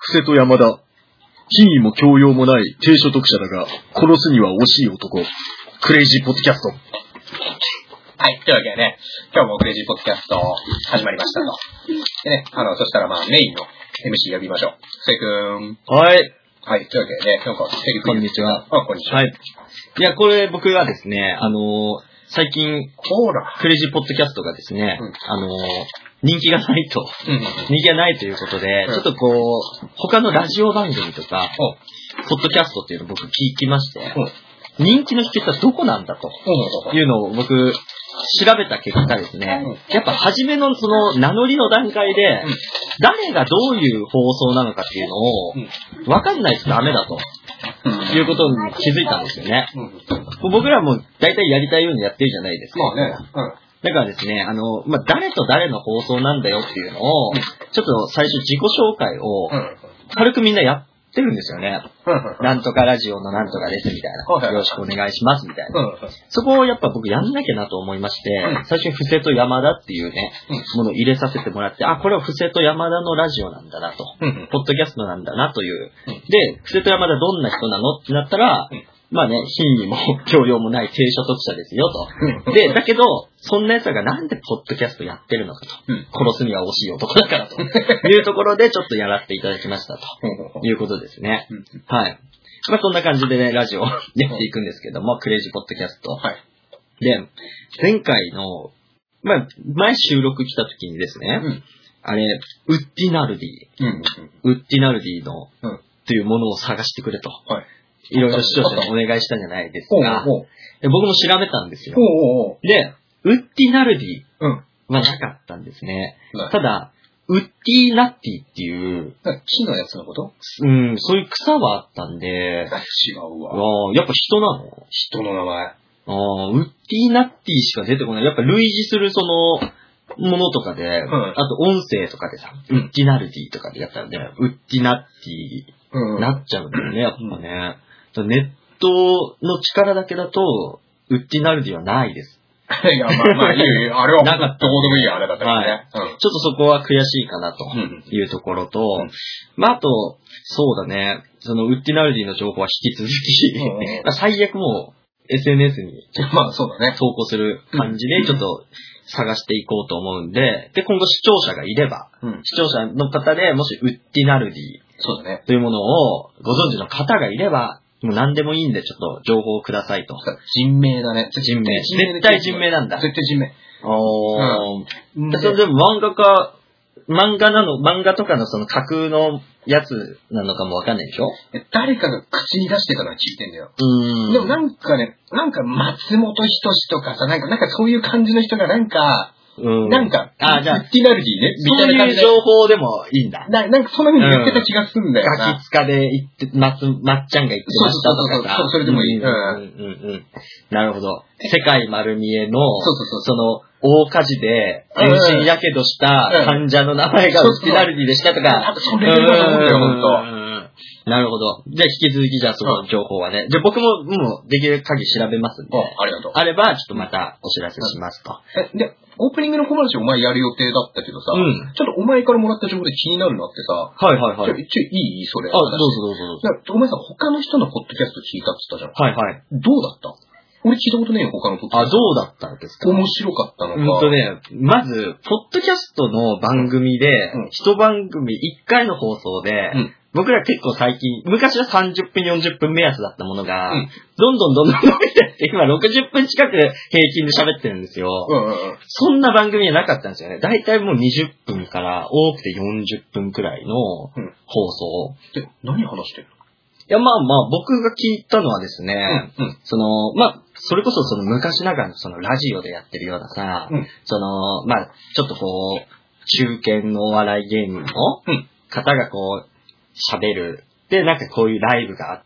瀬戸山田。品位も教養もない低所得者だが、殺すには惜しい男。クレイジーポッドキャスト。 はい。というわけでね、今日もクレイジーポッドキャスト始まりましたと。でね、そしたらメインの MC 呼びましょう。せいくん。 はい。 はい。というわけでね、なんかセリフ。 こんにちは。 こんにちは。 はい。いや、これ僕がですね、最近、クレイジーポッドキャストがですね、人気がないと、人気がないということで、ちょっと他のラジオ番組とか、ポッドキャストっていうのを僕聞きまして、人気の秘訣はどこなんだというのを僕、調べた結果ですね、やっぱ初めのその名乗りの段階で、誰がどういう放送なのかっていうのを、分かんないとダメだと。いうことに気づいたんですよね。僕らも大体やりたいようにやってるじゃないですか。 まあね。 だからですね、誰と誰の放送なんだよっていうのを、ちょっと最初自己紹介を、軽くみんなやってるんですよね。なんとかラジオのなんとかですみたいな。よろしくお願いしますみたいな。そこをやっぱ僕やんなきゃなと思いまして、最初に布施と山田っていうね、ものを入れさせてもらって、あ、これは布施と山田のラジオなんだなと。ポッドキャストなんだなという。で、布施と山田どんな人なのってなったら、まあね、品位も教養もない低所得者ですよと。で、だけど、そんな奴らがなんでポッドキャストやってるのかと。殺すには惜しい男だからと。いうところでちょっとやらせていただきましたと。いうことですね。はい。まあそんな感じでね、ラジオをやっていくんですけども、クレイジーポッドキャスト。はい。で、前回の、まあ、前収録来た時にですね、あれ、ウッディナルディ。ウッディナルディの、というものを探してくれと。はい。いろいろ視聴者にお願いしたんじゃないですか。僕も調べたんですよ。で、ウッディナルディはなかったんですね。ただ、ウッディナッティっていう、 木のやつのこと？ そういう草はあったんで、 違うわ。 やっぱ人なの？ 人の名前。 ウッディナッティしか出てこない。やっぱ類似するその、ものとかで、あと音声とかでさ、ウッディナルディとかでやったらね、ウッディナッティなっちゃうんだよね、やっぱね。ネットの力だけだと、ウッディナルディはないです。 いや、まあ、いいよ。あれは、なかった。どこでもいいよ、あれだったらね。 ちょっとそこは悔しいかなというところと、まあ、あと、そうだね、そのウッディナルディの情報は引き続き、最悪もう SNS に、 まあ、そうだね。 投稿する感じで、ちょっと探していこうと思うんで、で、今後視聴者がいれば、視聴者の方でもしウッディナルディ、 そうだね。 というものをご存知の方がいれば、もう何でもいいんでちょっと情報をくださいと。 人名だね。 人名。絶対人名なんだ。 絶対人名。 それでも漫画とかのその架空のやつなのかもわかんないでしょ？ 誰かが口に出してたのは聞いてんだよ。でもなんか松本人志とかさ、なんかそういう感じの人がなんか、じゃあ、ウッディナルディね。 そういう情報でもいいんだ。 なんかそんな風に言ってた気がするんだよな。 ガキ使で言って、まっちゃんが言ってましたとかさ。 そう、それでもいい。 なるほど。世界丸見えの、その、大火事で、全身火傷した患者の名前がウッディナルディでしたとか。 それだと思うんだよ、ほんと。 なるほど。じゃあ引き続きじゃあその情報はね。じゃあ僕ももうできる限り調べますんで。 ありがとう。 あれば、ちょっとまたお知らせしますと。 で、オープニングの小話お前やる予定だったけどさ、ちょっとお前からもらった情報で気になるなってさ、いいそれ。 どうぞ。 お前さ、他の人のポッドキャスト聞いたって言ったじゃん。どうだった？俺聞いたことねえよ、他のポッドキャスト。 どうだったんですか？ 面白かったのか。 まず、ポッドキャストの番組で、一番組1回の放送で、僕ら結構最近、昔は30分40分目安だったものが、どんどん伸びてって、今60分近く平均で喋ってるんですよ。そんな番組はなかったんですよね。だいたいもう20分から多くて40分くらいの放送。 で、何話してるの？ いや、まあ、僕が聞いたのはですね、それこそその昔ながらのそのラジオでやってるようなさ、ちょっと中堅のお笑い芸人の方が喋る。で、なんかこういうライブがあって、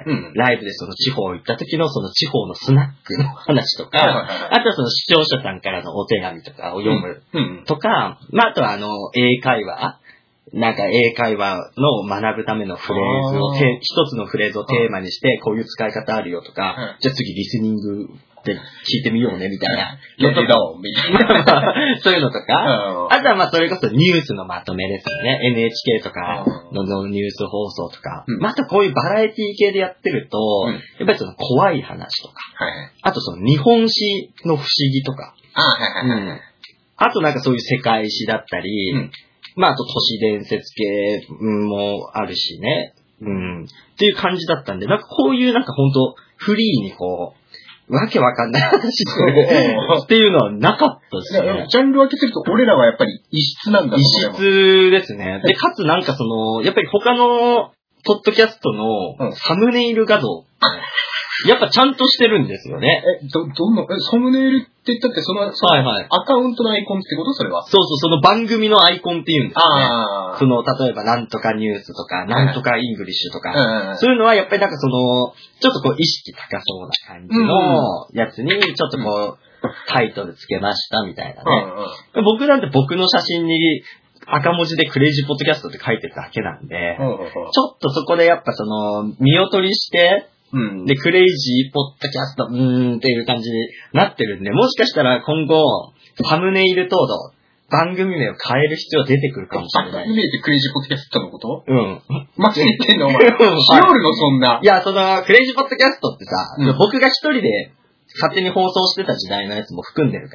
ライブでその地方行った時のその地方のスナックの話とか、あとはその視聴者さんからのお手紙とかを読むとか、あとは英会話なんか英会話の学ぶためのフレーズを、一つのフレーズをテーマにして、こういう使い方あるよとか、じゃあ次リスニングって聞いてみようね、みたいな。 レディドンみたいな。 そういうのとか、あとはまあそれこそニュースのまとめですよね。NHK とかのニュース放送とか。またこういうバラエティ系でやってると、やっぱりその怖い話とか、あとその日本史の不思議とか、あとなんかそういう世界史だったり、まああと都市伝説系もあるしね。っていう感じだったんで、なんかこういうなんか本当フリーにこう、わけわかんない話するっていうのはなかったですね。 ジャンル分けすると俺らはやっぱり異質なんだと思う。 異質ですね。で、かつなんかその、やっぱり他のポッドキャストのサムネイル画像、やっぱちゃんとしてるんですよね。 サムネイルって言ったってその、アカウントのアイコンってことそれは。 そうそう、その番組のアイコンっていうんですよね。その、例えばなんとかニュースとか、なんとかイングリッシュとか、そういうのはやっぱりなんかその、ちょっとこう意識高そうな感じのやつに、ちょっとこう、タイトルつけましたみたいなね。僕なんて僕の写真に、赤文字でクレイジーポッドキャストって書いてるだけなんで、ちょっとそこでやっぱその、見劣りして、で、クレイジーポッドキャスト、っていう感じになってるんで、もしかしたら今後、サムネイル等々、番組名を変える必要出てくるかもしれない。 番組名ってクレイジーポッドキャストのこと？マジで言ってんのお前。しおるのそんな。 いや、その、クレイジーポッドキャストってさ、僕が一人で勝手に放送してた時代のやつも含んでるから、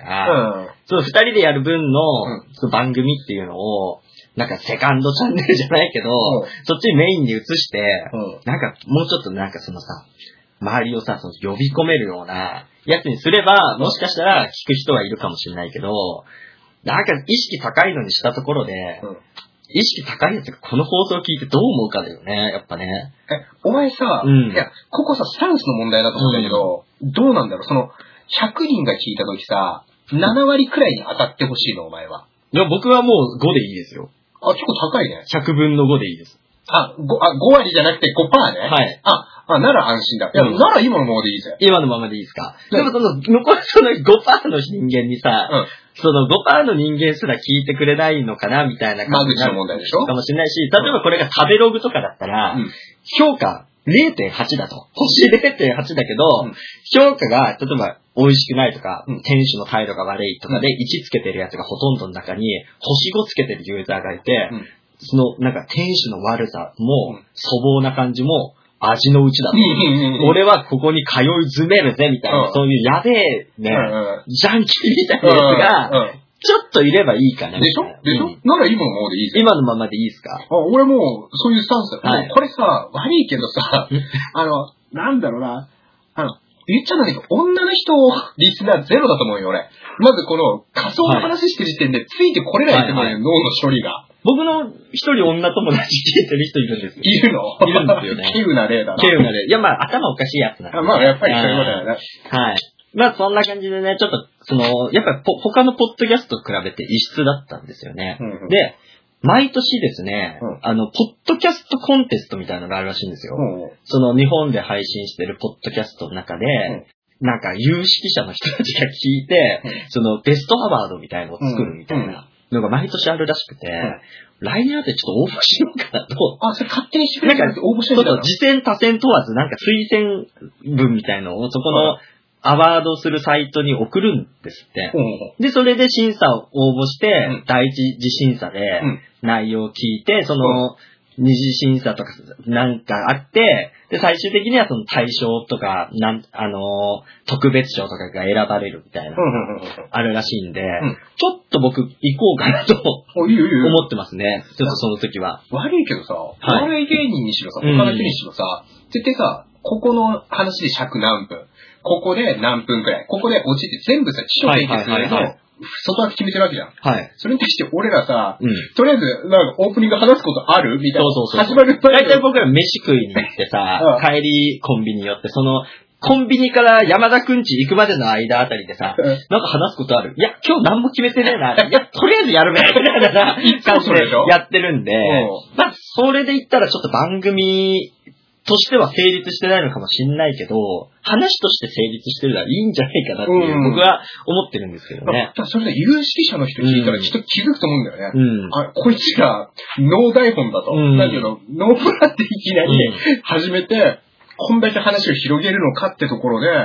その二人でやる分の、その番組っていうのを、なんかセカンドチャンネルじゃないけど、そっちにメインに移して、なんかもうちょっとなんかそのさ、周りをさ、その呼び込めるようなやつにすれば、もしかしたら聞く人はいるかもしれないけど、なんか意識高いのにしたところで、意識高いやつがこの放送を聞いてどう思うかだよね、やっぱね。 お前さ、いや、ここさ、スタンスの問題だと思うんだけど、どうなんだろう、その、100人が聞いたときさ、7割くらいに当たってほしいの、お前は。 いや、僕はもう5でいいですよ。 結構高いね。 100分の5でいいです。 5割じゃなくて 5% ね。 はい。 なら安心だ。いや、なら今のままでいいぜ。 今のままでいいですか。でもその、残りその 5% の人間にさ、その 5% の人間すら聞いてくれないのかな、みたいな感じになるかもしれないし、例えばこれが食べログとかだったら、評価 0.8 だと。星 0.8 だけど、評価が、例えば、美味しくないとか、店主の態度が悪いとかで1つけてるやつがほとんどの中に、星5つけてるユーザーがいて、その、なんか店主の悪さも、粗暴な感じも、味のうちだと。俺はここに通い詰めるぜ、みたいな、そういうやべえね、ジャンキーみたいなやつが、ちょっといればいいかな。 でしょなら今のままでいいぜ。 今のままでいいですか？ 俺もう、そういうスタンスだ。これさ、悪いけどさ、なんだろうな、言っちゃうんだけど、女の人、リスナーゼロだと思うよ、俺。まずこの、仮想の話してる時点で、ついてこれないと思うよ、脳の処理が。 僕の一人女友達聞いてる人いるんですよ。 いるの？ いるんですよね。 稀有な例だな。 稀有な例。いや、まあ、頭おかしいやつなんで。 まあ、やっぱりそういうことだよね。 はい。まあ、そんな感じでね、ちょっと、その、やっぱり他のポッドキャストと比べて異質だったんですよね。で、毎年ですね、ポッドキャストコンテストみたいなのがあるらしいんですよ。その日本で配信してるポッドキャストの中で、なんか有識者の人たちが聞いて、そのベストアワードみたいのを作るみたいなのが毎年あるらしくて、来年あたりちょっと応募しようかなと。 それ勝手にしてくれるんか応募してるんだ。 次戦多戦問わずなんか推薦文みたいのをそこのアワードするサイトに送るんですって。で、それで審査を応募して、第一次審査で内容を聞いて、その、二次審査とかなんかあって、で、最終的にはその大賞とか、特別賞とかが選ばれるみたいな、あるらしいんで、ちょっと僕行こうかなと思ってますね。ちょっとその時は。 悪いけどさ、お笑い芸人にしろさ、他の人にしろさ、絶対さ、ここの話で尺何分、ここで何分くらい、ここで落ちて全部さ、起承転結するの、外枠決めてるわけじゃん。それに対して俺らさ、とりあえず、なんかオープニング話すことあるみたいな。始まる前に。 大体僕ら飯食いに行ってさ、帰りコンビニ寄って、その、コンビニから山田くんち行くまでの間あたりでさ、なんか話すことある？いや、今日何も決めてねえな。いや、とりあえずやるべ。みたいな感じでやってるんで、まあ、それで言ったらちょっと番組としては成立してないのかもしんないけど、話として成立してるのはいいんじゃないかなっていう、僕は思ってるんですけどね。 それで有識者の人聞いたらきっと気づくと思うんだよね。こいつがノー台本だと。だけど、ノープランでいきなり始めて、こんだけ話を広げるのかってところで、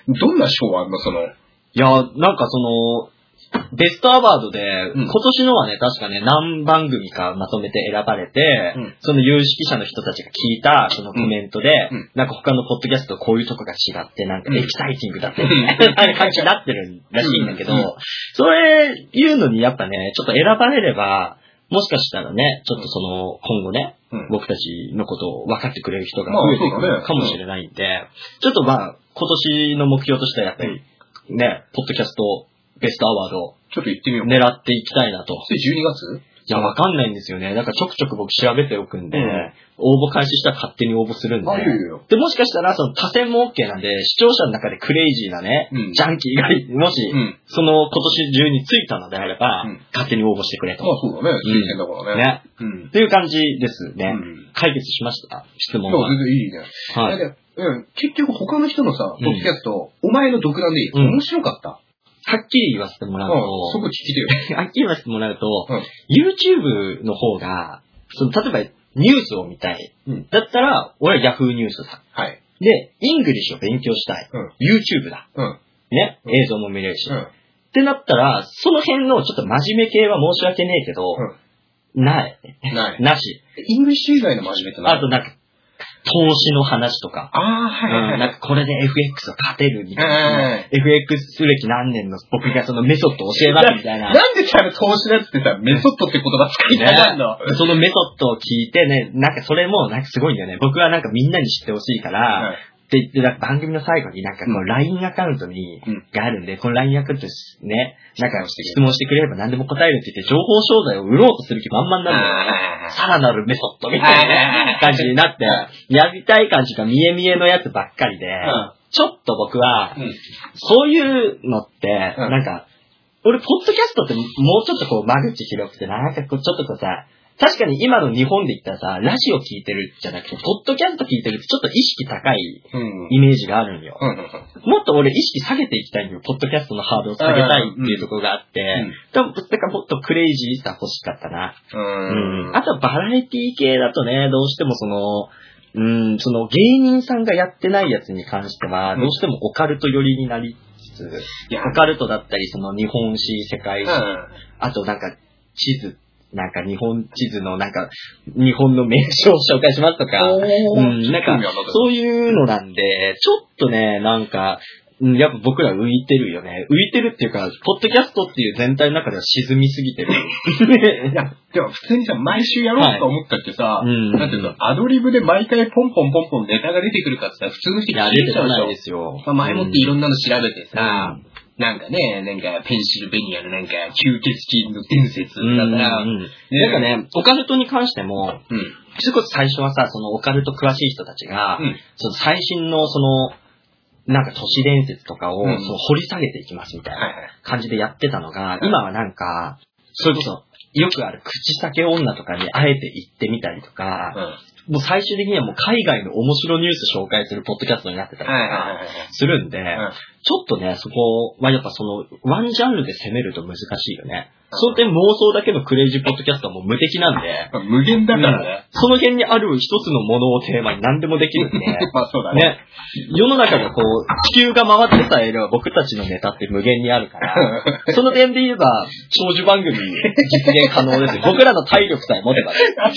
どんな賞あんのいや、なんかベストアワードで、今年のはね、確かね、何番組かまとめて選ばれて、その有識者の人たちが聞いた、そのコメントで、なんか他のポッドキャストとこういうとこが違って、なんかエキサイティングだって、みたいな感じになってるらしいんだけど、それ言うのにやっぱね、ちょっと選ばれれば、もしかしたらね、ちょっと今後ね、僕たちのことを分かってくれる人が増えてくるかもしれないんで、ちょっと今年の目標としてはやっぱり、ね、ポッドキャスト、ベストアワード、 ちょっと行ってみよう。 狙っていきたいなと。 それ12月？ いや、わかんないんですよね。だからちょくちょく僕調べておくんで、応募開始したら勝手に応募するんで。で、もしかしたら多選も OK なんで、視聴者の中でクレイジーなね、ジャンキーが、もし、今年中についたのであれば、勝手に応募してくれと。 まあそうだね。推薦だからね。 ね。っていう感じですね。解決しました質問は。 全然いいね。はい。結局他の人のさ、ポッドキャスト、お前の独断でいい。面白かった。 はっきり言わせてもらうと、 そこ聞きてよ。 はっきり言わせてもらうと、YouTube の方が、例えばニュースを見たい。だったら、俺は Yahoo ニュースだ。 はい。 で、イングリッシュを勉強したい。YouTube だ。ね。映像も見れるし。ってなったら、その辺のちょっと真面目系は申し訳ねえけど、ない。なし。 イングリッシュ以外の真面目って何？ あとなんか、投資の話とか。なんかこれで FX を勝てるみたいな。FX 歴何年の僕がそのメソッドを教えますみたいな。 なんで投資だってさ、メソッドって言葉使いたがるの？ そのメソッドを聞いてね、なんかそれもなんかすごいんだよね。僕はなんかみんなに知ってほしいから、って言って、番組の最後になんかこの LINE アカウントがあるんで、この LINE アカウントね、なんか質問してくれれば何でも答えるって言って、情報商材を売ろうとする気満々なんだよ。さらなるメソッドみたいな感じになって、やりたい感じが見え見えのやつばっかりで、ちょっと僕は、そういうのって、なんか、俺、ポッドキャストってもうちょっとこう間口広くて、なんかこうちょっとこうさ、確かに今の日本で言ったらさ、ラジオ聞いてるじゃなくて、ポッドキャスト聞いてるってちょっと意識高いイメージがあるんよ。もっと俺意識下げていきたいんよ。ポッドキャストのハードルを下げたいっていうところがあって、だからもっとクレイジーさ欲しかったな。あとはバラエティ系だとね、どうしてもその芸人さんがやってないやつに関しては、どうしてもオカルト寄りになりつつ、オカルトだったり、その日本史、世界史、あとなんか地図、なんか日本地図のなんか日本の名所を紹介しますとか、なんかそういうのなんで、ちょっとね、なんか、やっぱ僕ら浮いてるよね。浮いてるっていうか、ポッドキャストっていう全体の中では沈みすぎてる。 いや、でも普通にさ、毎週やろうと思ったってさ、なんていうの、アドリブで毎回ポンポンポンポンネタが出てくるかってさ、普通の人聞いてちゃうないですよ。 前もっていろんなの調べてさ、なんかね、なんかペンシルベニアのなんか吸血鬼の伝説だから、 なんかね、オカルトに関しても、それこそ最初はさ、そのオカルト詳しい人たちが、その最新のその、なんか都市伝説とかを、その掘り下げていきますみたいな感じでやってたのが、今はなんか、それこそよくある口裂け女とかにあえて行ってみたりとか、もう最終的にはもう海外の面白ニュース紹介するポッドキャストになってたりとかするんで、ちょっとね、そこはやっぱそのワンジャンルで攻めると難しいよね。その点妄想だけのクレイジーポッドキャストはもう無敵なんで。 無限だからね。 その辺にある一つのものをテーマに何でもできるんで。 まあそうだね。 世の中がこう、地球が回ってさえいれば僕たちのネタって無限にあるから、その点で言えば、長寿番組実現可能ですよ。僕らの体力さえ持てばね。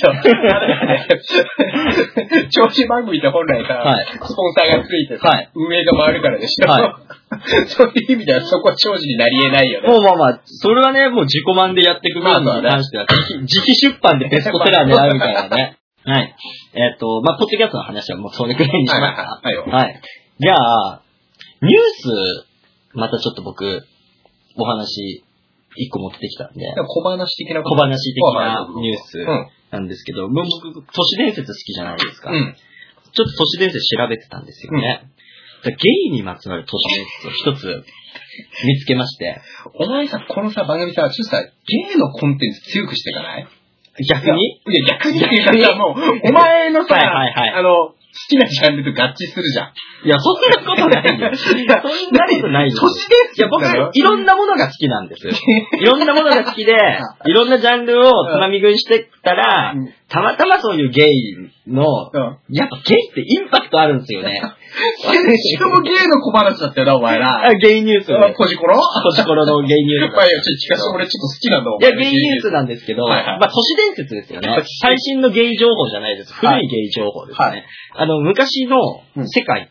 長寿番組って本来さ、スポンサーがついてさ、運営が回るからでしょ。そういう意味ではそこは長寿になり得ないよね。 もうまあ、それはね、もう自己満でやっていく分に関しては、自費出版でベストセラー狙うみたいなね。はい。まあ、ポッドキャストの話はもうそれくらいにしますか。はい。じゃあ、ニュース、またちょっと僕、お話、一個持ってきたんで。 小話的なニュースなんですけど、僕、都市伝説好きじゃないですか。ちょっと都市伝説調べてたんですよね。ゲイにまつわる都市伝説を一つ見つけまして。 お前さ、このさ、番組さ、ちょっとさ、ゲイのコンテンツ強くしていかない？ 逆に？ いや、逆にっていうかさ、もう、お前のさ、好きなジャンルと合致するじゃん。 いや、そんなことないよ。そんなことないよ。 都市伝説？ いや、僕、いろんなものが好きなんです。いろんなものが好きで、いろんなジャンルをつまみ食いしてたら、たまたまそういうゲイの、やっぱゲイってインパクトあるんですよね。 しかもゲイの小話だったよな、お前ら。 ゲイニュース。 ポジコロのゲイニュース。 まあ、しかし俺ちょっと好きなんだもん。 いや、ゲイニュースなんですけど、まあ、都市伝説ですよね。最新のゲイ情報じゃないです。古いゲイ情報ですね。昔の世界って、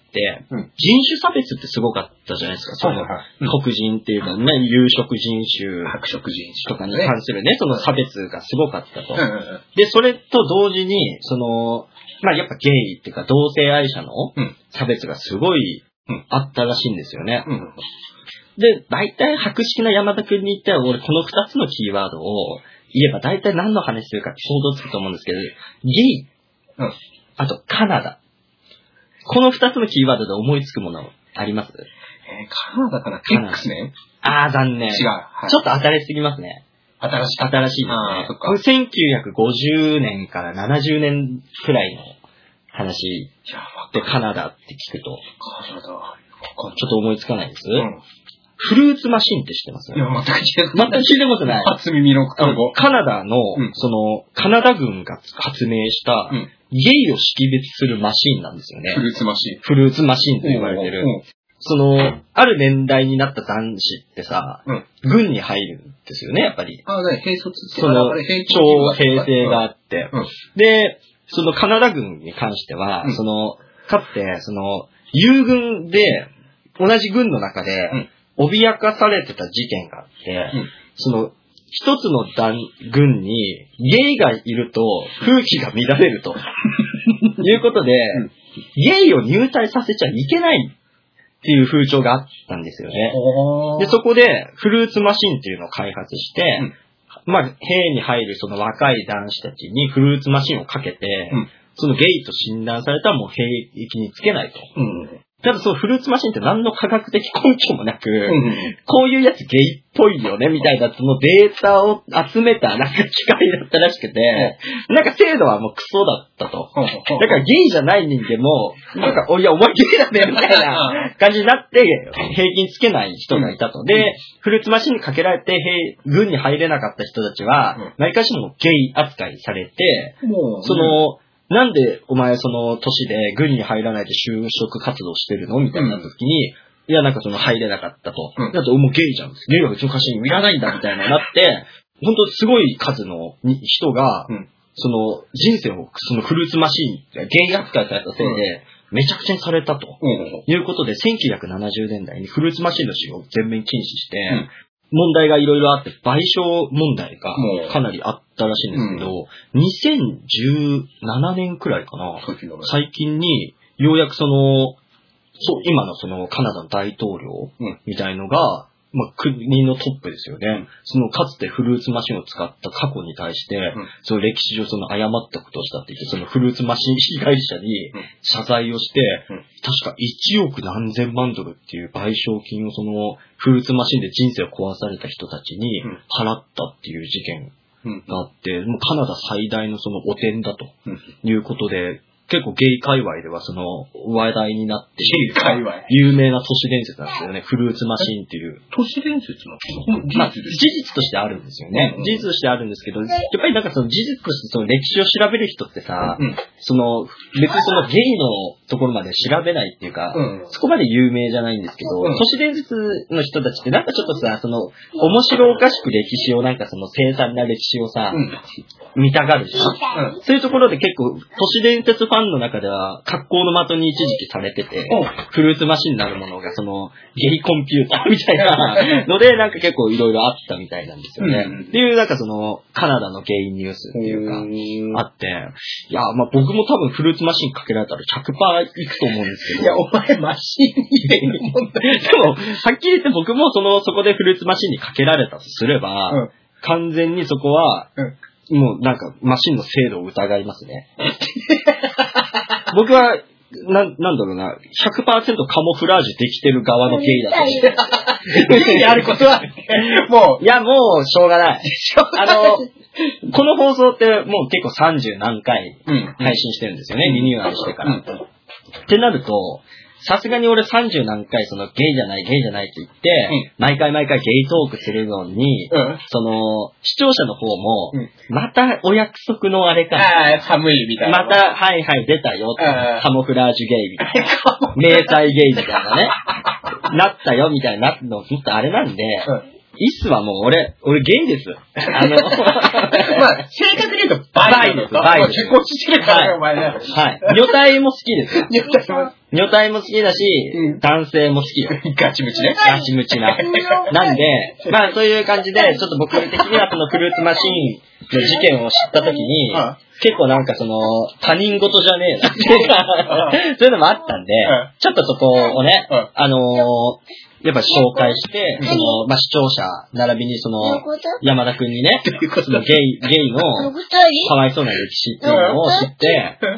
人種差別ってすごかったじゃないですか。その黒人っていうかね、有色人種、 白色人種とかに関するね、その差別がすごかったと。で、それと同時に、まあ、やっぱゲイっていうか同性愛者の差別がすごいあったらしいんですよね。で、大体博識な山田くんに言ったら、俺この2つのキーワードを言えば大体何の話するかって想像つくと思うんですけど、ゲイ、あとカナダ。この2つのキーワードで思いつくものあります？ カナダかな ?X ね。 残念。違う。ちょっと新しすぎますね。新しいですね。1950年から70年くらいの話でカナダって聞くと、ちょっと思いつかないです。フルーツマシンって知ってます？ いや、全く聞いたことない。 初耳の単語。 カナダの、カナダ軍が発明した、ゲイを識別するマシンなんですよね。 フルーツマシン。 フルーツマシンと言われてる。ある年代になった男子ってさ、軍に入るんですよね、やっぱり。 兵卒徴兵制があって。で、カナダ軍に関しては、かつて、友軍で、同じ軍の中で、脅かされてた事件があって、一つの軍にゲイがいると風紀が乱れるということで、ゲイを入隊させちゃいけないっていう風潮があったんですよね。で、そこでフルーツマシンっていうのを開発して、まあ、兵に入るその若い男子たちにフルーツマシンをかけて、そのゲイと診断されたらもう兵役につけないと。ただそのフルーツマシンって何の科学的根拠もなく、こういうやつゲイっぽいよねみたいなそのデータを集めたなんか機械だったらしくて、なんか精度はもうクソだったと。だからゲイじゃない人間も、なんか、いやお前ゲイだねみたいな感じになって平均つけない人がいたと。で、フルーツマシンにかけられて軍に入れなかった人たちは、何かしらもゲイ扱いされて、なんでお前その年で軍に入らないで就職活動してるのみたいな時に、いやなんか入れなかったと。だってもうゲイじゃん。ゲイはうちの会社にいらないんだみたいななって、本当すごい数の人が、人生をフルーツマシン、ゲイ扱いされたせいで、めちゃくちゃにされたと。いうことで、1970年代にフルーツマシンの使用を全面禁止して、問題がいろいろあって、賠償問題がかなりあったらしいんですけど、2017年くらいかな、最近に、ようやく今のカナダの大統領みたいのが、まあ、国のトップですよね。かつてフルーツマシンを使った過去に対して、その歴史上誤ったことをしたって言って、そのフルーツマシン被害者に謝罪をして、確か1億何千万ドルっていう賠償金をフルーツマシンで人生を壊された人たちに払ったっていう事件があって、もうカナダ最大の汚点だということで、結構ゲイ界隈では話題になって有名な都市伝説なんですよね。フルーツマシンっていう。 都市伝説のまあ、事実としてあるんですよね。事実としてあるんですけど、やっぱりなんか事実として歴史を調べる人ってさ、別にゲイのところまで調べないっていうか、そこまで有名じゃないんですけど、都市伝説の人たちってなんかちょっとさ、面白おかしく歴史をなんか凄惨な歴史をさ、見たがるじゃん。そういうところで結構都市伝説ファンの中では格好の的に一時期されてて、フルーツマシンになるものがゲイコンピューターみたいなのでなんか結構いろいろあったみたいなんですよね。っていうなんかカナダのゲイニュースっていうかあって、いやまあ僕も多分フルーツマシンかけられたら 100% いくと思うんですけど。 いやお前マシンにでもはっきり言って僕もそこでフルーツマシンにかけられたとすれば、完全にそこは、もうなんかマシンの精度を疑いますね。僕は、なんだろうな、100% カモフラージュできてる側のゲイだと思う。 ゲイであることは、 いやもうしょうがない。この放送ってもう結構30何回配信してるんですよね、リニューアルしてから。ってなると、 さすがに俺30何回そのゲイじゃないって言って、毎回ゲイトークするのに、その、視聴者の方も、またお約束のあれか。 寒いみたいな。 また、はい出たよ。カモフラージュゲイみたいな。迷彩ゲイみたいなね。なったよみたいなの、ほんとあれなんで、イスはもう俺ゲイです。 正確に言うとバイです。バイです。結婚してるからね、お前ね。 はい。女体も好きです。女体も好きだし、男性も好きよ。 ガチムチね。 ガチムチな。なんで、そういう感じで、ちょっと僕的にはそのフルーツマシーンの事件を知ったときに、結構なんかその、他人事じゃねえなっていうか、そういうのもあったんで、ちょっとそこをね、やっぱ紹介して、その、視聴者、並びにその、山田くんにね、そのゲイの、かわいそうな歴史っていうのを知って、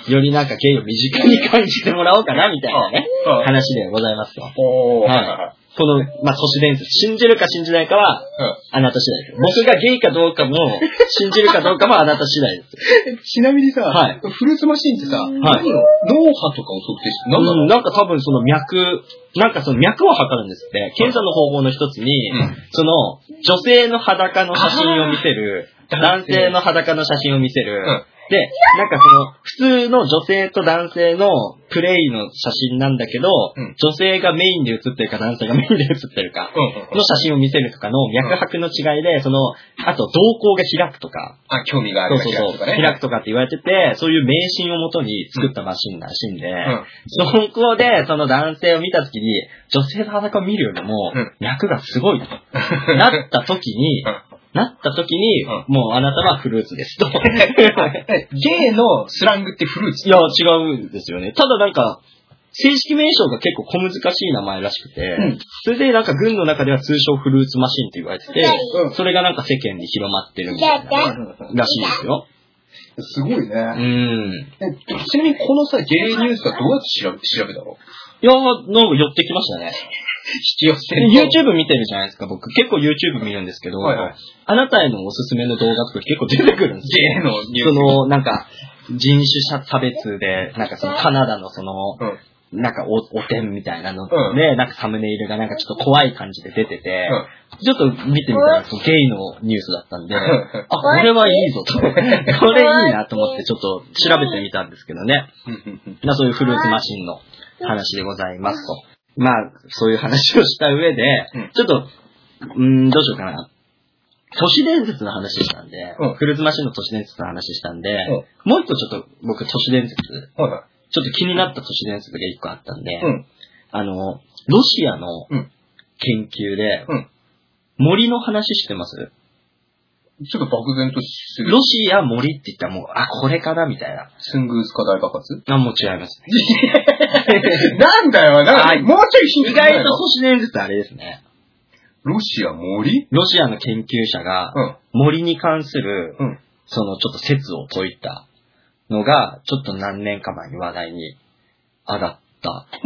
よりなんかゲイを身近に感じてもらおうかな、みたいなね、話でございますと。はい。この、都市伝説、信じるか信じないかは、あなた次第です。僕がゲイかどうかも、信じるかどうかもあなた次第です。ちなみにさ、フルーツマシンってさ、脳波とかを測定して、 なんか多分その脈を測るんですって。検査の方法の一つに、その、女性の裸の写真を見せる、男性の裸の写真を見せる、で、なんかその、普通の女性と男性のプレイの写真なんだけど、女性がメインで写ってるか男性がメインで写ってるかの写真を見せるとかの脈拍の違いで、その、あと瞳孔が開くとか。 興味があるか開くとかね。 開くとかって言われてて、そういう迷信をもとに作ったマシンらしいんで、そこでその男性を見たときに、女性の裸を見るよりも、脈がすごいと。なったときに、もうあなたはフルーツですと。 ゲイのスラングってフルーツ？ いや、違うんですよね。ただなんか、正式名称が結構小難しい名前らしくて、それでなんか軍の中では通称フルーツマシンって言われてて、それがなんか世間に広まってるみたいな、らしいですよ。 すごいね。ちなみにこのさ、ゲイニュースはどうやって調べたの？ いや、なんか寄ってきましたね。 引き寄せて YouTube 見てるじゃないですか、僕。結構 YouTube 見るんですけど、あなたへのおすすめの動画とか結構出てくるんですよ。 ゲイのニュース。 その、なんか、人種差別で、なんかそのカナダのその、なんかお点みたいなので、なんかサムネイルがなんかちょっと怖い感じで出てて、ちょっと見てみたらゲイのニュースだったんで、これはいいぞと。これいいなと思ってちょっと調べてみたんですけどね。そういうフルーツマシンの話でございますと。そういう話をした上で、ちょっと、どうしようかな。都市伝説の話したんで、フルーツマシンの都市伝説の話したんで、もう一個ちょっと僕都市伝説、ちょっと気になった都市伝説が一個あったんで、ロシアの研究で、森の話してます？ ちょっと漠然とする。 ロシア森って言ったらもう、これかなみたいな。 スングース火大爆発？ もう違います。 なんだよ、もうちょいヒント。 意外と都市伝説あれですね。 ロシア森？ ロシアの研究者が、森に関する、そのちょっと説を説いたのが、ちょっと何年か前に話題に上がった。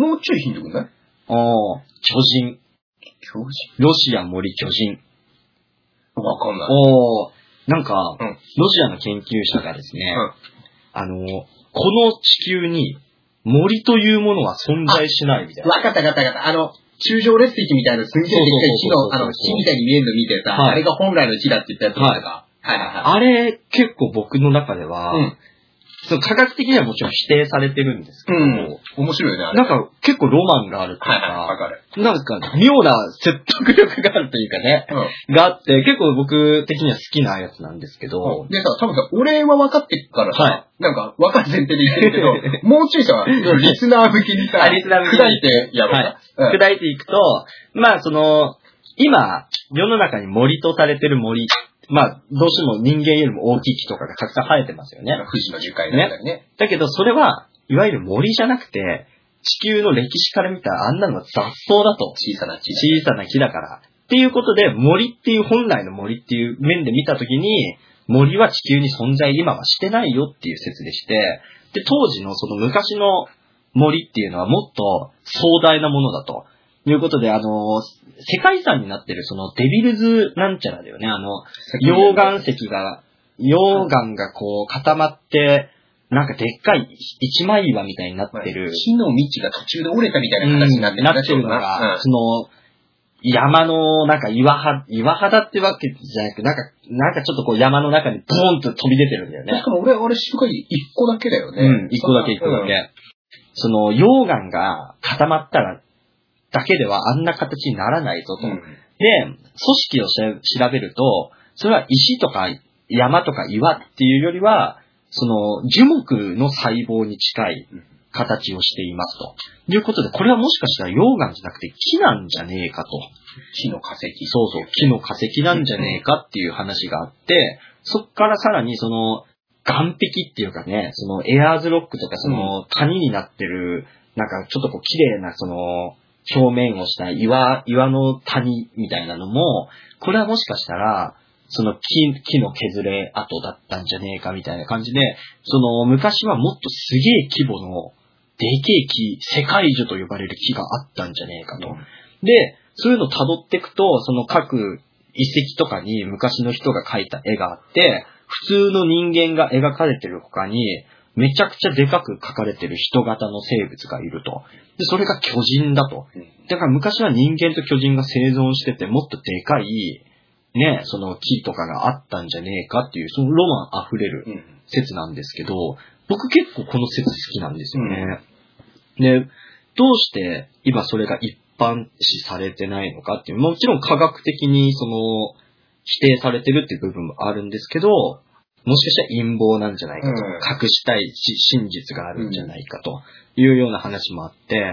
もうちょいヒントくんない？ 巨人。ロシア森巨人。 わかんない。 なんか、ロシアの研究者がですね、この地球に森というものは存在しないみたいな。 わかった。柱状列石みたいなすんげえでっかい木の、木みたいに見えるの見てさ、あれが本来の木だって言ったやつとか。 あれ、結構僕の中では、科学的にはもちろん否定されてるんですけど、 面白いよね、あれ。 なんか結構ロマンがあるっていうか、なんか妙な説得力があるというかね、があって、結構僕的には好きなやつなんですけど。 でさ、多分さ、俺は分かってっからさ、なんか分かる前提で言ってるけど、もうちょいさ、リスナー向けにさ、砕いてやろうか。 砕いていくと、今、世の中に森とされてる森、どうしても人間よりも大きい木とかがたくさん生えてますよね。 富士の樹海だったりね。 だけど、それは、いわゆる森じゃなくて、地球の歴史から見たらあんなのは雑草だと。 小さな木だから。っていうことで、森っていう本来の森っていう面で見たときに、森は地球に存在今はしてないよっていう説でして、で、当時のその昔の森っていうのはもっと壮大なものだと。いうことで、世界遺産になってるそのデビルズなんちゃらだよね。溶岩がこう固まって、 なんかでっかい一枚岩みたいになってる。 木の幹が途中で折れたみたいな形になってる、 なってるのが、その、山の、なんか岩肌ってわけじゃなくて、なんかちょっとこう山の中にボーンと飛び出てるんだよね。 しかも俺知る限り一個だけだよね。 一個だけ。その、溶岩が固まったら、だけではあんな形にならないぞと。で、組織を調べると、それは石とか山とか岩っていうよりは、その樹木の細胞に近い形をしていますと。いうことで、これはもしかしたら溶岩じゃなくて木なんじゃねえかと。 木の化石。 そうそう、木の化石なんじゃねえかっていう話があって、そっからさらにその岩壁っていうかね、そのエアーズロックとかその谷になってる、なんかちょっとこう綺麗なその表面をした岩の谷みたいなのも、これはもしかしたら、その木の削れ跡だったんじゃねえかみたいな感じで、その昔はもっとすげえ規模のでけえ木、世界樹と呼ばれる木があったんじゃねえかと。で、そういうのを辿っていくと、その各遺跡とかに昔の人が描いた絵があって、普通の人間が描かれてる他に、めちゃくちゃでかく描かれてる人型の生物がいると。で、それが巨人だと。だから昔は人間と巨人が生存してて、もっとでかい、ね、その木とかがあったんじゃねえかっていう、そのロマン溢れる説なんですけど、僕結構この説好きなんですよね。で、どうして今それが一般視されてないのかっていう、もちろん科学的にその否定されてるっていう部分もあるんですけど、もしかしたら陰謀なんじゃないかと、隠したい真実があるんじゃないかというような話もあって、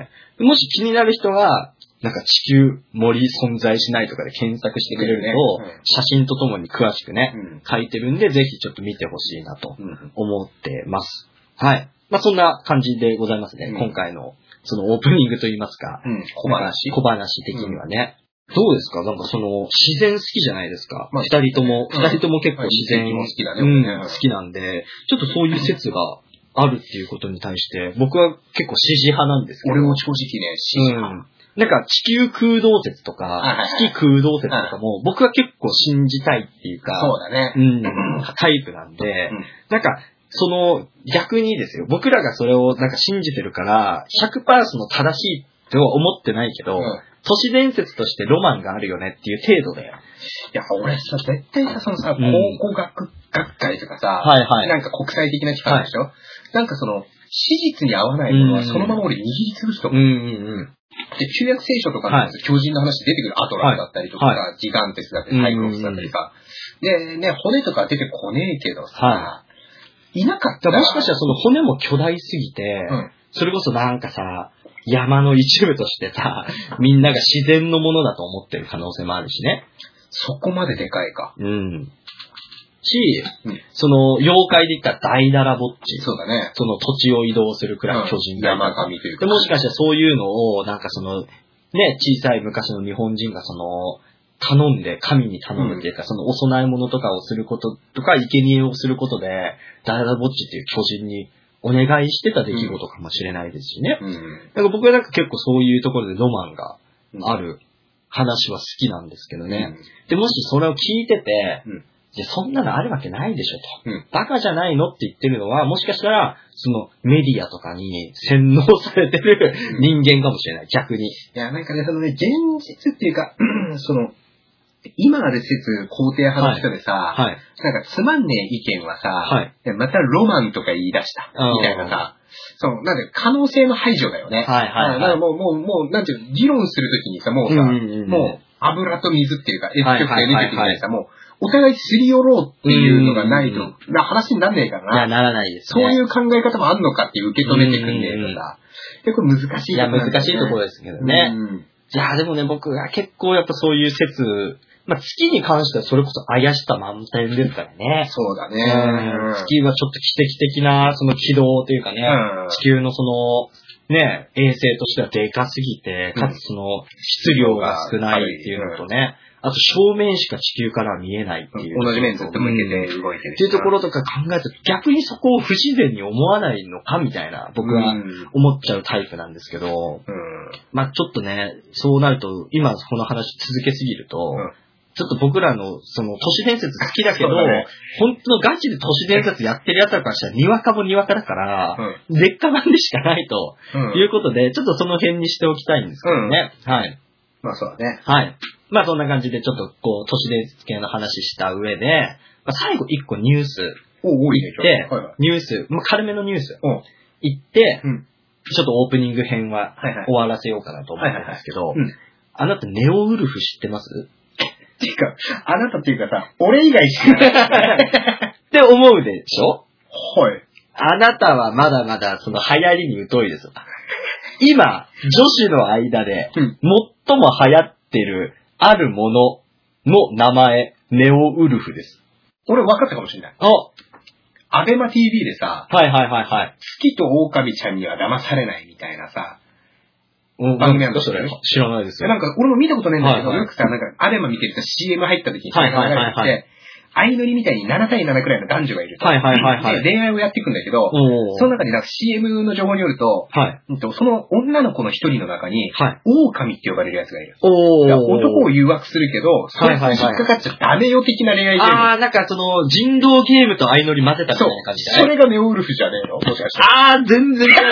もし気になる人は、なんか地球森存在しないとかで検索してくれると、写真とともに詳しくね、書いてるんで、ぜひちょっと見てほしいなと思ってます。はい。まあそんな感じでございますね。今回のそのオープニングといいますか、小話的にはね。どうですか？なんかその自然好きじゃないですか。二人とも結構自然好きだね。好きなんで、ちょっとそういう説があるっていうことに対して、僕は結構支持派なんですけど。 俺も正直ね、支持派。 なんか地球空洞説とか、月空洞説とかも、僕は結構信じたいっていうか、 そうだね。 タイプなんで、なんか、その逆にですよ、僕らがそれをなんか信じてるから、100% 正しいとは思ってないけど、都市伝説としてロマンがあるよねっていう程度で。 いや、俺さ、絶対さ、そのさ、考古学会とかさ、なんか国際的な機関でしょ、なんかその、史実に合わないものはそのまま俺握りつぶすと思う。で、旧約聖書とかの巨人の話出てくるアトラスだったりとか、ギガンテスだったり、サイクロプスだったりか。で、ね、骨とか出てこねえけどさ、いなかったら。 もしかしたらその骨も巨大すぎて、それこそなんかさ、山の一部としてさ、みんなが自然のものだと思ってる可能性もあるしね。 そこまででかいか。 その、妖怪で言ったら大だらぼっち。 そうだね。 その土地を移動するくらいの巨人がい山神というか。 もしかしたらそういうのを、なんかその、ね、小さい昔の日本人がその、神に頼むっていうか、そのお供え物とかをすることとか、生贄をすることで、大だらぼっちっていう巨人にお願いしてた出来事かもしれないですしね。だから僕はなんか結構そういうところでロマンがある話は好きなんですけどね。で、もしそれを聞いてて、いや、そんなのあるわけないでしょと。バカじゃないのって言ってるのは、もしかしたら、そのメディアとかに洗脳されてる人間かもしれない、逆に。 いや、なんかね、そのね、現実っていうか、その、今ある説肯定派の人でさ、なんかつまんねえ意見はさ、またロマンとか言い出した、みたいなさ、そう、なんか可能性の排除だよね。だからもう、なんていうの、議論するときにさ、もうさ、もう油と水っていうか、F 極と N 極みたいなさ、もう、お互いすり寄ろうっていうのがないと、話になんねえからな。 いや、ならないですね。そういう考え方もあんのかって受け止めてくんねえとさ。結構難しいところですね。 いや、難しいところですけどね。いや、でもね、僕は結構やっぱそういう説、まあ、月に関してはそれこそ怪しさ満点ですからね。 そうだね。 月はちょっと奇跡的なその軌道というかね、地球のその、ね、衛星としてはでかすぎて、かつその質量が少ないっていうのとね、あと正面しか地球からは見えないっていう。 同じ面ずっと向けて動いてる。 っていうところとか考えると逆にそこを不自然に思わないのかみたいな僕は思っちゃうタイプなんですけど、まあちょっとね、そうなると今この話続けすぎると、 ちょっと僕らの、その、都市伝説好きだけど、本当のガチで都市伝説やってる奴らからしたら、にわかもにわかだから、劣化版でしかないと、いうことで、ちょっとその辺にしておきたいんですけどね。はい。 まあそうだね。 はい。まあそんな感じで、ちょっとこう、都市伝説系の話した上で、まあ、最後一個ニュース行って、ニュース、まあ軽めのニュース行って、ちょっとオープニング編は終わらせようかなと思ってるんですけど、あなたネオウルフ知ってます？ っていうか、あなたっていうかさ、俺以外知らない。 って思うでしょ？ はい。 あなたはまだまだその流行りに疎いですよ。今、女子の間で、最も流行ってるあるものの名前、ネオウルフです。 俺分かったかもしれない。アベマ TV でさ、 はいはいはいはい。 月と狼ちゃんには騙されないみたいなさ、番組なんだそれ知らないですよ。 なんか俺も見たことないんだけど、よくさ、なんかアベマ見てると CM 入った時に流れてて、相乗りみたいに7対7くらいの男女がいると。 はいはいはいはい。 恋愛をやっていくんだけど、その中になんか CM の情報によると、その女の子の一人の中に、狼って呼ばれるやつがいる。男を誘惑するけど、それ引っかかっちゃダメよ的な恋愛ゲーム。 なんかその人狼ゲームと相乗り混ぜたみたいな感じだね。それがネオウルフじゃねえのもしかして。 全然違う。や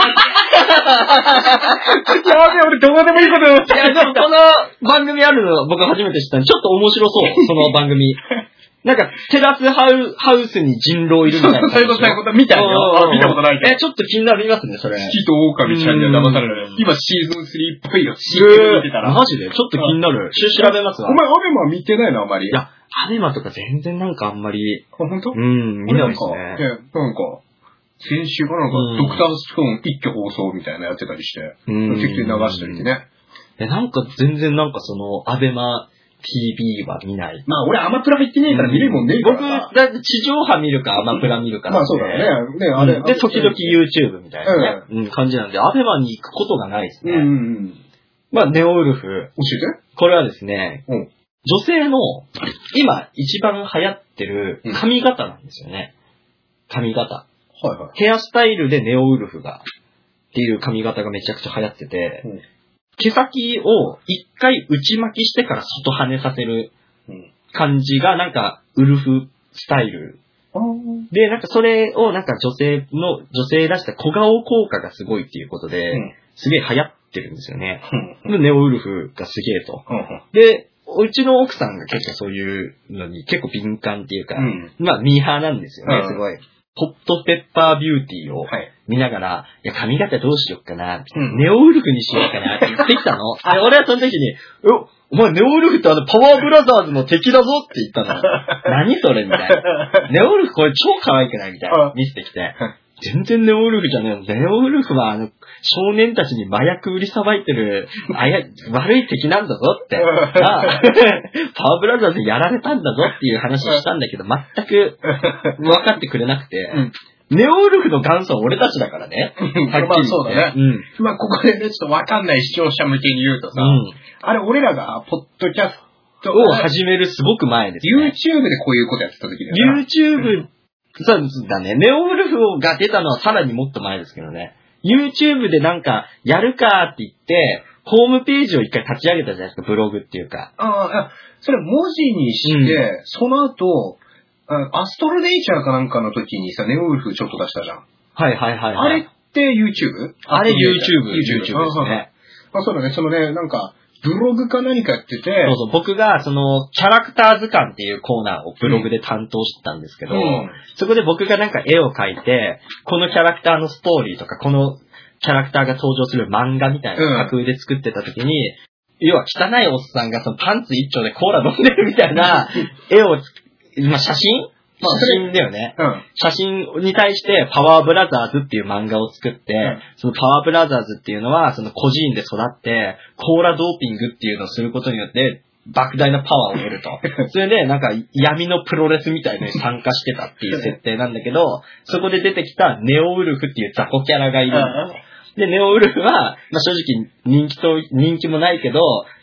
べえ、俺どうでもいいこと言っちゃう。 いや、でもこの番組あるの僕初めて知ったんで、ちょっと面白そう、その番組。なんか、テラスハウスに人狼いるみたいな。 そういうこと見たよ。見たことないけど。 ちょっと気になりますね、それ。 月と狼ちゃんには騙されない。今シーズン3っぽいよ。見てたら。 マジでちょっと気になる。調べますわ。 お前、アベマ見てないのあまり。 いや、アベマとか全然なんかあんまり。 本当？ 見ないですね。 なんか、先週かなんか、ドクターストーン一挙放送みたいなやってたりして、適当に流してみてね。 なんか全然なんかその、アベマ、TV は見ない。 まあ俺アマプラ入ってねえから見れるもんねえからさ。 僕、だって地上波見るかアマプラ見るか。 まあそうだよね。あれ。 で、時々 YouTube みたいなね。感じなんで、アベマに行くことがないですね。まあ、ネオウルフ。 教えて。 これはですね、女性の、今一番流行ってる髪型なんですよね。髪型。ヘアスタイルでネオウルフが、っていう髪型がめちゃくちゃ流行ってて、毛先を一回内巻きしてから外跳ねさせる感じがなんかウルフスタイル。で、なんかそれをなんか女性らした小顔効果がすごいっていうことで、すげえ流行ってるんですよね。ネオウルフがすげえと。で、うちの奥さんが結構そういうのに結構敏感っていうか、まあミーハーなんですよね、すごい。ホットペッパービューティーを見ながら、いや、髪型どうしよっかな、ネオウルフにしようかなって言ってきたの。俺はその時に、お前ネオウルフってパワーブラザーズの敵だぞって言ったの。何それみたいな。ネオウルフこれ超可愛くないみたいな。見せてきて。全然ネオウルフじゃねえの。ネオウルフは少年たちに麻薬売りさばいてる、悪い敵なんだぞって。パワーブラザーズやられたんだぞっていう話をしたんだけど、全く分かってくれなくて。ネオウルフの元祖は俺たちだからね。 まあそうだね。まあここでね、ちょっと分かんない視聴者向けに言うとさ、あれ俺らがポッドキャストを始めるすごく前ですね。 YouTube でこういうことやってた時だよね。 YouTube、そうだね。ネオウルフが出たのはさらにもっと前ですけどね。YouTube でなんか、やるかって言って、ホームページを一回立ち上げたじゃないですか、ブログっていうか。 それ文字にして、その後、アストロネイチャーかなんかの時にさ、ネオウルフちょっと出したじゃん。あれって YouTube？ あれ YouTube ですね。 そうだね、そのね、なんか、ブログか何かやってて。 そう、僕がその、キャラクター図鑑っていうコーナーをブログで担当してたんですけど、そこで僕がなんか絵を描いて、このキャラクターのストーリーとか、このキャラクターが登場する漫画みたいな架空で作ってた時に、要は汚いおっさんがそのパンツ一丁でコーラ飲んでるみたいな絵を、写真だよね。写真に対してパワーブラザーズっていう漫画を作って、そのパワーブラザーズっていうのは、その個人で育って、コーラドーピングっていうのをすることによって、莫大なパワーを得ると。それで、なんか闇のプロレスみたいのに参加してたっていう設定なんだけど、そこで出てきたネオウルフっていう雑魚キャラがいるんですよ。で、ネオウルフは、正直人気もないけど、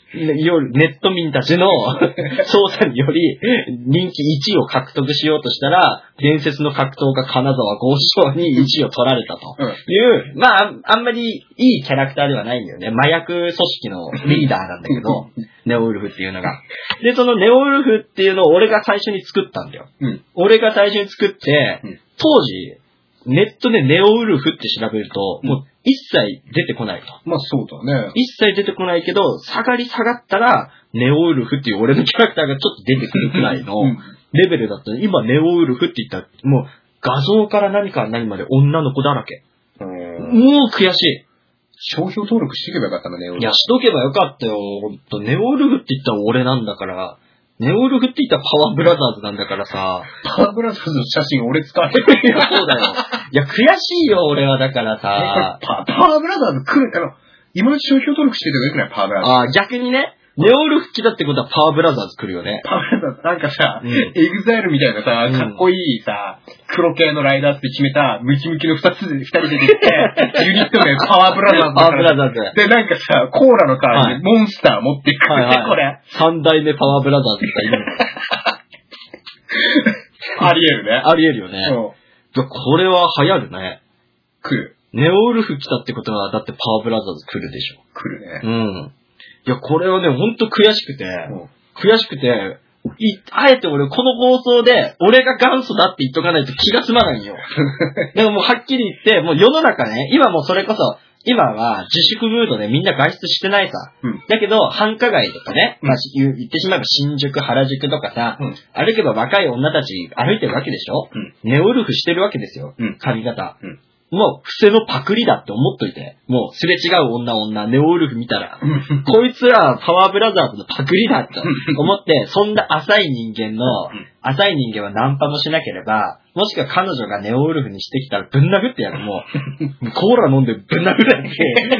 夜、ネット民たちの操作により、人気1位を獲得しようとしたら、伝説の格闘家金沢豪商に1位を取られたという、まあ、あんまりいいキャラクターではないんだよね。麻薬組織のリーダーなんだけど、ネオウルフっていうのが。で、そのネオウルフっていうのを俺が最初に作ったんだよ。俺が最初に作って、当時、ネットでネオウルフって調べると、もう一切出てこないと。 まあそうだね。 一切出てこないけど、下がったら、ネオウルフっていう俺のキャラクターがちょっと出てくるくらいのレベルだったね。今ネオウルフって言ったら、もう画像から何から何まで女の子だらけ。もう悔しい。 商標登録していけばよかったの、ネオウルフ。 いや、しとけばよかったよ。ほんと、ネオウルフって言ったら俺なんだから。ネオウルフって言ったらパワーブラザーズなんだからさ。 パワーブラザーズの写真俺使われる。 いや、そうだよ。いや、悔しいよ、俺はだからさ。 パワーブラザーズ来る、今の商標登録しててもよくないパワーブラザーズ。 ああ、逆にね。ネオウルフ来たってことはパワーブラザーズ来るよね。 パワーブラザーズ、なんかさ、エグザイルみたいなさ、かっこいいさ、黒系のライダーって決めた、ムキムキの二人で出てきて、ユニット名パワーブラザーズ。 パワーブラザーズ。 で、なんかさ、コーラのさ、モンスター持ってくるね、これ。 三代目パワーブラザーズとか言うの。あり得るね。 あり得るよね。そう。これは流行るね。 来る。 ネオウルフ来たってことは、だってパワーブラザーズ来るでしょ。 来るね。 うん。いや、これはね、ほんと悔しくて、あえて俺この放送で、俺が元祖だって言っとかないと気が済まないよ。だからもうはっきり言って、もう世の中ね、今もうそれこそ、今は自粛ムードでみんな外出してないさ。だけど、繁華街とかね、まあ、言ってしまえば新宿、原宿とかさ、歩けば若い女たち歩いてるわけでしょ。ネオウルフしてるわけですよ。髪型。もう、伏せのパクリだって思っといて。もう、すれ違う女、ネオウルフ見たら、こいつらパワーブラザーズのパクリだと思って、そんな浅い人間はナンパもしなければ、もしくは彼女がネオウルフにしてきたらぶん殴ってやる。もう、コーラ飲んでぶん殴れって、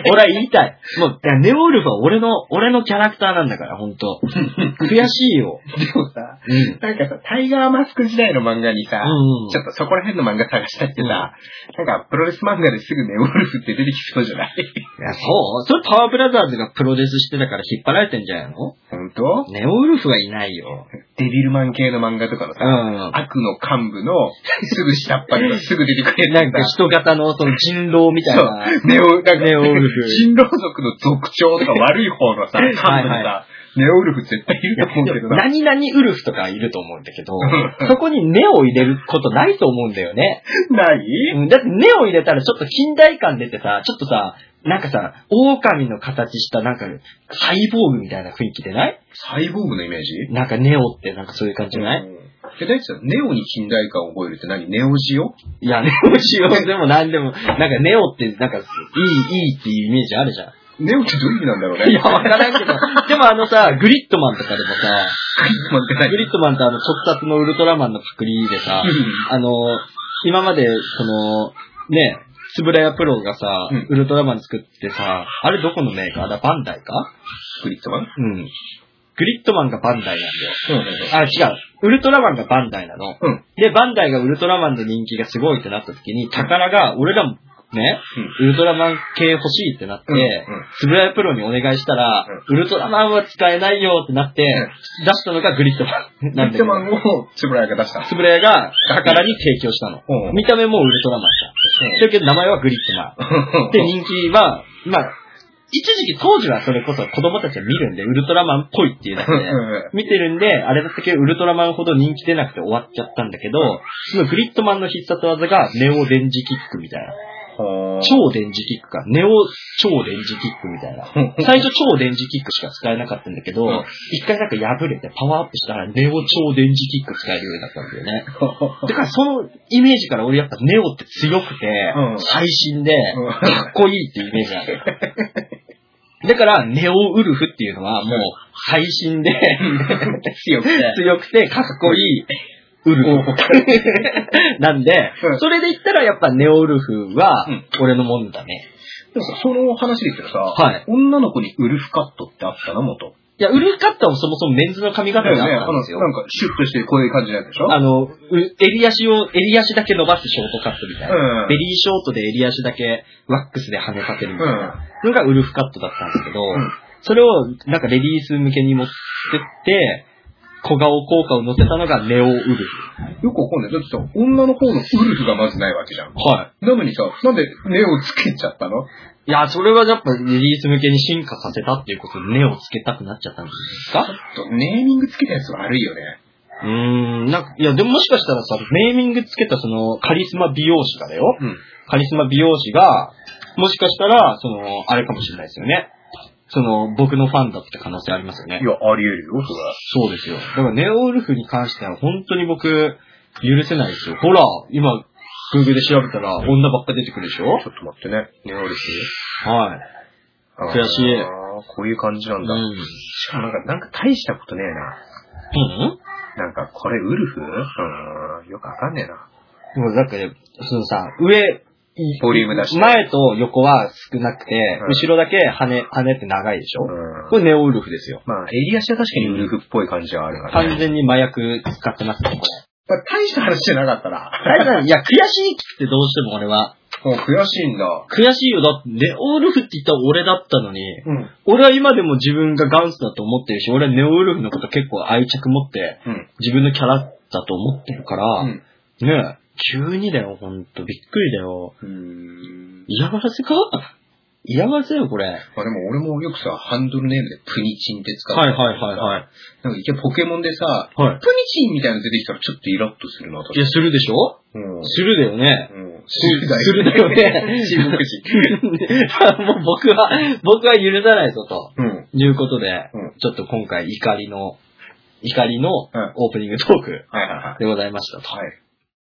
俺は言いたい。もう、ネオウルフは俺のキャラクターなんだから、ほんと。悔しいよ。 でもさ、なんかさ、タイガーマスク時代の漫画にさ、ちょっとそこら辺の漫画探したってさ、なんかプロレス漫画ですぐネオウルフって出てきそうじゃない？いや、そう？それパワーブラザーズがプロレスしてたから引っ張られてんじゃないの？ ほんと？ ネオウルフはいないよ。 デビルマン系の漫画とかのさ、悪の幹部のすぐ下っ端とかすぐ出てくるやつ。 なんか人型のその人狼みたいな。 ネオウルフ。人狼族の族長とか悪い方のさ、幹部のさ、ネオウルフ絶対いると思うけどな。 何々ウルフとかいると思うんだけど、そこにネを入れることないと思うんだよね。 ない？ だってネを入れたらちょっと近代感出てさ、ちょっとさ、なんかさ、狼の形したなんか、サイボーグみたいな雰囲気でない？ サイボーグのイメージ？ なんかネオってなんかそういう感じじゃない？ 大地さん、ネオに近代感を覚えるって何？ネオジオ？ いや、ネオジオでも何でも、なんかネオってなんかいいっていうイメージあるじゃん。 ネオってどういう意味なんだろうね。 いや、わからんけど。でもさ、グリッドマンとかでもさ、グリッドマンって直撮のウルトラマンのパクリでさ、今まで、ね、つぶらやプロがさ、ウルトラマン作ってさ、あれどこのメーカーだ？バンダイか？ グリッドマン？ グリッドマンがバンダイなんだよ。違う。ウルトラマンがバンダイなの。で、バンダイがウルトラマンの人気がすごいってなった時に、宝が、俺らもね、ウルトラマン系欲しいってなって、つぶらやプロにお願いしたら、ウルトラマンは使えないよってなって、出したのがグリッドマンなんだけど。 グリッドマンをつぶらやが出した。 つぶらやが宝に提供したの。見た目もウルトラマンだ。だけど名前はグリッドマン。で、人気は、まあ、一時期当時はそれこそ子供たちは見るんで、ウルトラマンっぽいっていうだけで、見てるんで、あれだったけどウルトラマンほど人気出なくて終わっちゃったんだけど、そのグリッドマンの必殺技がネオ電磁キックみたいな。超電磁キックか。ネオ超電磁キックみたいな。最初超電磁キックしか使えなかったんだけど、一回なんか破れてパワーアップしたらネオ超電磁キック使えるようになったんだよね。だからそのイメージから俺やっぱネオって強くて、最新で、かっこいいっていうイメージある。だから、ネオウルフっていうのはもう最新で強くてかっこいいウルフなんで、それで言ったらやっぱネオウルフは俺のもんだね。 でもさ、その話で言ったらさ、女の子にウルフカットってあったの元。 いや、ウルフカットはそもそもメンズの髪型だったんですよ。 なんかシュッとしてこういう感じのやつでしょ？ 襟足だけ伸ばすショートカットみたいな。ベリーショートで襟足だけワックスで跳ねさせるみたいなのがウルフカットだったんですけど、 それをなんかレディース向けに持ってって、小顔効果を乗せたのがネオウルフ。 よくわかんない。だってさ、女の方のウルフがまずないわけじゃん。 はい。 なのにさ、なんでネオつけちゃったの？ いや、それはやっぱレディース向けに進化させたっていうことでネオつけたくなっちゃったんですか？ ちょっとネーミングつけたやつ悪いよね。 なんか、いや、でももしかしたらさ、ネーミングつけたその、カリスマ美容師がだよ。うん。カリスマ美容師が、もしかしたら、その、あれかもしれないですよね。その、僕のファンだった可能性ありますよね。 いや、あり得るよ、それは。 そうですよ。だからネオウルフに関しては本当に僕、許せないですよ。ほら、今、Google で調べたら女ばっか出てくるでしょ？ ちょっと待ってね。ネオウルフ？ はい。悔しい。 こういう感じなんだ。しかもなんか大したことねえな。なんか、これウルフ？よくわかんねえな。 でもだって、そのさ、上、 ボリューム出して。 前と横は少なくて、後ろだけ羽って長いでしょ？これネオウルフですよ。 まあ、襟足は確かにウルフっぽい感じはあるからね。 完全に麻薬使ってますね、これ。 大した話じゃなかったな。 いや、悔しいってどうしても俺は。 もう悔しいんだ。 悔しいよ。だって、ネオウルフって言ったら俺だったのに、俺は今でも自分が元祖だと思ってるし、俺はネオウルフのこと結構愛着持って、自分のキャラだと思ってるから、ねえ、急にだよ、ほんと。びっくりだよ。嫌がらせか？嫌がらせよ、これ。 でも俺もよくさ、ハンドルネームでプニチンって使ってはい。 なんか一見ポケモンでさ、プニチンみたいなの出てきたらちょっとイラッとするな、 いや、するでしょ？するだよね。するだよね。 中国人。 もう僕は許さないぞと。いうことで、ちょっと今回怒りのオープニングトークでございましたと。